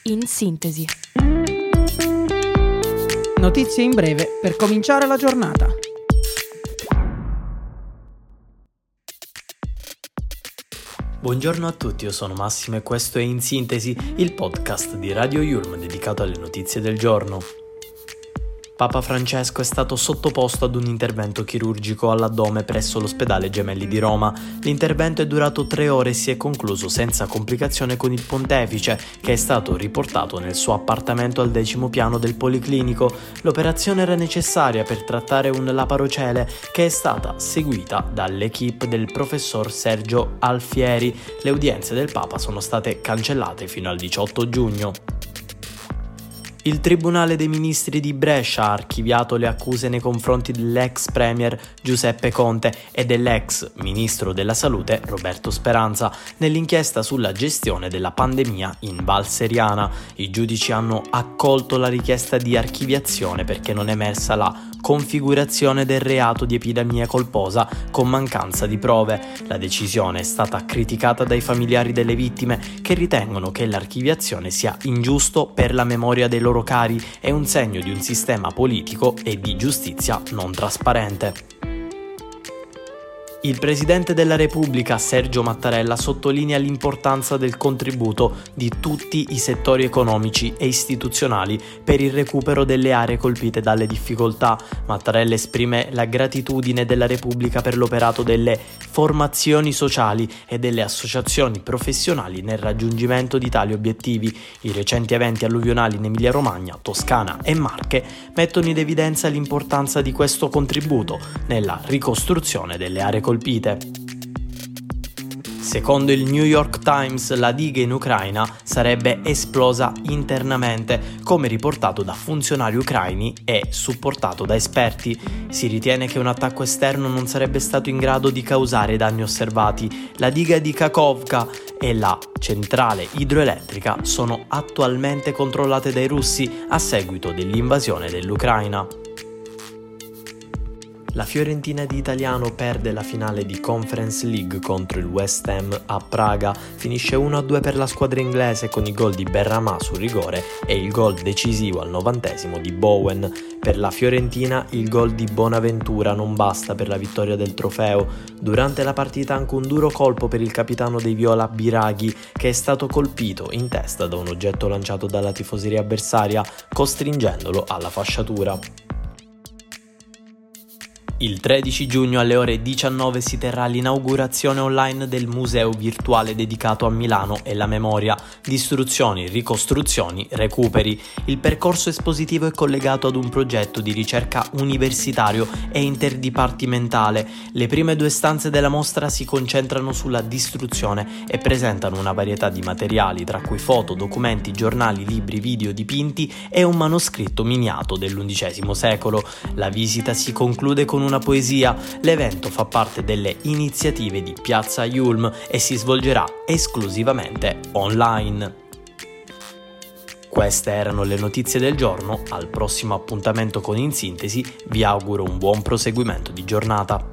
In sintesi. Notizie in breve per cominciare la giornata. Buongiorno a tutti, io sono Massimo e questo è In Sintesi, il podcast di Radio Yulm dedicato alle notizie del giorno. Papa Francesco è stato sottoposto ad un intervento chirurgico all'addome presso l'ospedale Gemelli di Roma. L'intervento è durato 3 ore e si è concluso senza complicazione con il pontefice, che è stato riportato nel suo appartamento al 10° piano del Policlinico. L'operazione era necessaria per trattare un laparocele che è stata seguita dall'equipe del professor Sergio Alfieri. Le udienze del Papa sono state cancellate fino al 18 giugno. Il Tribunale dei Ministri di Brescia ha archiviato le accuse nei confronti dell'ex premier Giuseppe Conte e dell'ex ministro della Salute Roberto Speranza nell'inchiesta sulla gestione della pandemia in Val Seriana. I giudici hanno accolto la richiesta di archiviazione perché non è emersa la configurazione del reato di epidemia colposa con mancanza di prove. La decisione è stata criticata dai familiari delle vittime, che ritengono che l'archiviazione sia ingiusto per la memoria dei loro cari e un segno di un sistema politico e di giustizia non trasparente. Il Presidente della Repubblica, Sergio Mattarella, sottolinea l'importanza del contributo di tutti i settori economici e istituzionali per il recupero delle aree colpite dalle difficoltà. Mattarella esprime la gratitudine della Repubblica per l'operato delle formazioni sociali e delle associazioni professionali nel raggiungimento di tali obiettivi. I recenti eventi alluvionali in Emilia-Romagna, Toscana e Marche mettono in evidenza l'importanza di questo contributo nella ricostruzione delle aree colpite. Secondo il New York Times, la diga in Ucraina sarebbe esplosa internamente, come riportato da funzionari ucraini e supportato da esperti. Si ritiene che un attacco esterno non sarebbe stato in grado di causare danni osservati. La diga di Kakhovka e la centrale idroelettrica sono attualmente controllate dai russi a seguito dell'invasione dell'Ucraina. La Fiorentina di Italiano perde la finale di Conference League contro il West Ham a Praga, finisce 1-2 per la squadra inglese con i gol di Benrahma sul rigore e il gol decisivo al 90° di Bowen. Per la Fiorentina il gol di Bonaventura non basta per la vittoria del trofeo. Durante la partita anche un duro colpo per il capitano dei Viola Biraghi, che è stato colpito in testa da un oggetto lanciato dalla tifoseria avversaria, costringendolo alla fasciatura. Il 13 giugno alle ore 19 si terrà l'inaugurazione online del museo virtuale dedicato a Milano e la memoria, distruzioni, ricostruzioni, recuperi. Il percorso espositivo è collegato ad un progetto di ricerca universitario e interdipartimentale. Le prime 2 stanze della mostra si concentrano sulla distruzione e presentano una varietà di materiali, tra cui foto, documenti, giornali, libri, video, dipinti e un manoscritto miniato dell'XI secolo. La visita si conclude con una poesia. L'evento fa parte delle iniziative di Piazza Yulm e si svolgerà esclusivamente online. Queste erano le notizie del giorno. Al prossimo appuntamento con In Sintesi vi auguro un buon proseguimento di giornata.